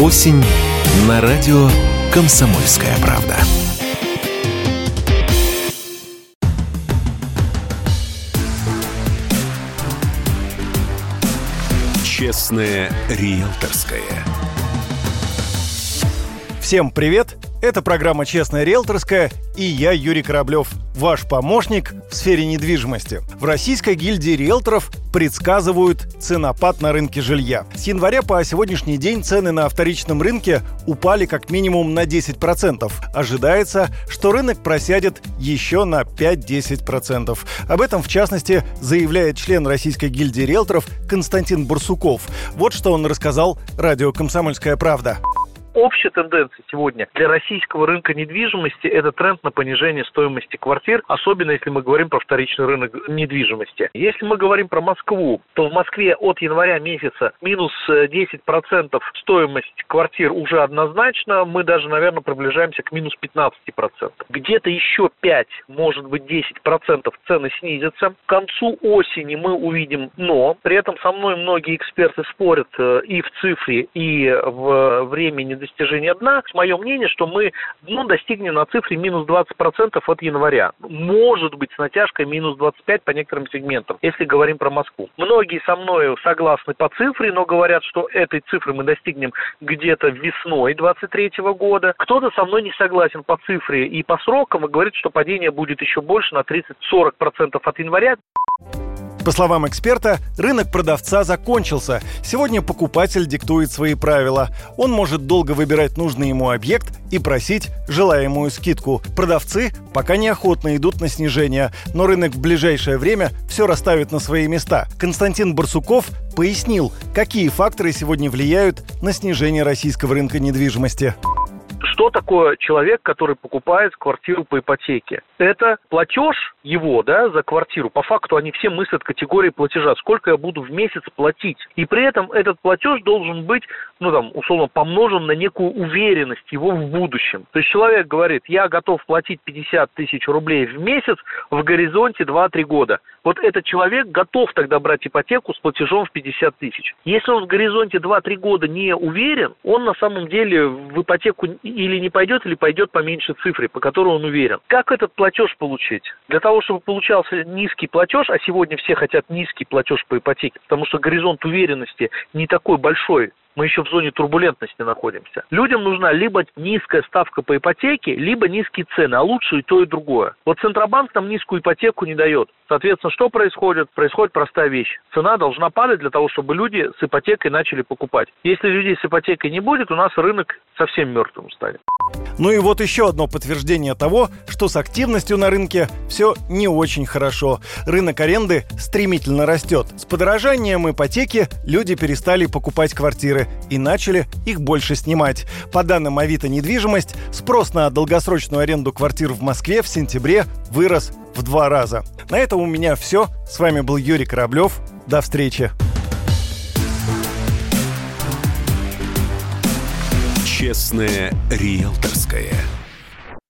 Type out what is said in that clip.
Осень на радио «Комсомольская правда». Честное риэлторское. Всем привет! Это программа «Честная риэлторская» и я, Юрий Кораблев, ваш помощник в сфере недвижимости. В Российской гильдии риэлторов предсказывают ценопад на рынке жилья. С января по сегодняшний день цены на вторичном рынке упали как минимум на 10%. Ожидается, что рынок просядет еще на 5-10%. Об этом, в частности, заявляет член Российской гильдии риэлторов Константин Барсуков. Вот что он рассказал радио «Комсомольская правда». Общая тенденция сегодня для российского рынка недвижимости – это тренд на понижение стоимости квартир, особенно если мы говорим про вторичный рынок недвижимости. Если мы говорим про Москву, то в Москве от января месяца минус 10% стоимость квартир уже однозначно. Мы даже, наверное, приближаемся к минус 15%. Где-то еще 5, может быть 10% цены снизятся. К концу осени мы увидим «но». При этом со мной многие эксперты спорят и в цифре, и в времени достижения дна. Мое мнение, что мы достигнем на цифре минус 20% от января. Может быть, с натяжкой минус 25% по некоторым сегментам, если говорим про Москву. Многие со мной согласны по цифре, но говорят, что этой цифры мы достигнем где-то весной 2023 года. Кто-то со мной не согласен по цифре и по срокам и говорит, что падение будет еще больше, на 30-40% от января. По словам эксперта, рынок продавца закончился. Сегодня покупатель диктует свои правила. Он может долго выбирать нужный ему объект и просить желаемую скидку. Продавцы пока неохотно идут на снижение, но рынок в ближайшее время все расставит на свои места. Константин Барсуков пояснил, какие факторы сегодня влияют на снижение российского рынка недвижимости. Что такое человек, который покупает квартиру по ипотеке? Это платеж его, за квартиру. По факту они все мыслят категории платежа. Сколько я буду в месяц платить? И при этом этот платеж должен быть, условно, помножен на некую уверенность его в будущем. То есть человек говорит, я готов платить 50 тысяч рублей в месяц в горизонте 2-3 года. Вот этот человек готов тогда брать ипотеку с платежом в 50 тысяч. Если он в горизонте 2-3 года не уверен, он на самом деле в ипотеку или не пойдет, или пойдет по меньшей цифре, по которой он уверен. Как этот платеж получить? Для того, чтобы получался низкий платеж, а сегодня все хотят низкий платеж по ипотеке, потому что горизонт уверенности не такой большой, мы еще в зоне турбулентности находимся. Людям нужна либо низкая ставка по ипотеке, либо низкие цены, а лучше и то, и другое. Вот Центробанк нам низкую ипотеку не дает. Соответственно, что происходит? Происходит простая вещь. Цена должна падать для того, чтобы люди с ипотекой начали покупать. Если людей с ипотекой не будет, у нас рынок совсем мертвым станет. Ну и вот еще одно подтверждение того, что с активностью на рынке все не очень хорошо. Рынок аренды стремительно растет. С подорожанием ипотеки люди перестали покупать квартиры и начали их больше снимать. По данным Авито недвижимость, спрос на долгосрочную аренду квартир в Москве в сентябре вырос в 2 раза. На этом у меня все. С вами был Юрий Кораблев. До встречи. Честное риэлторское.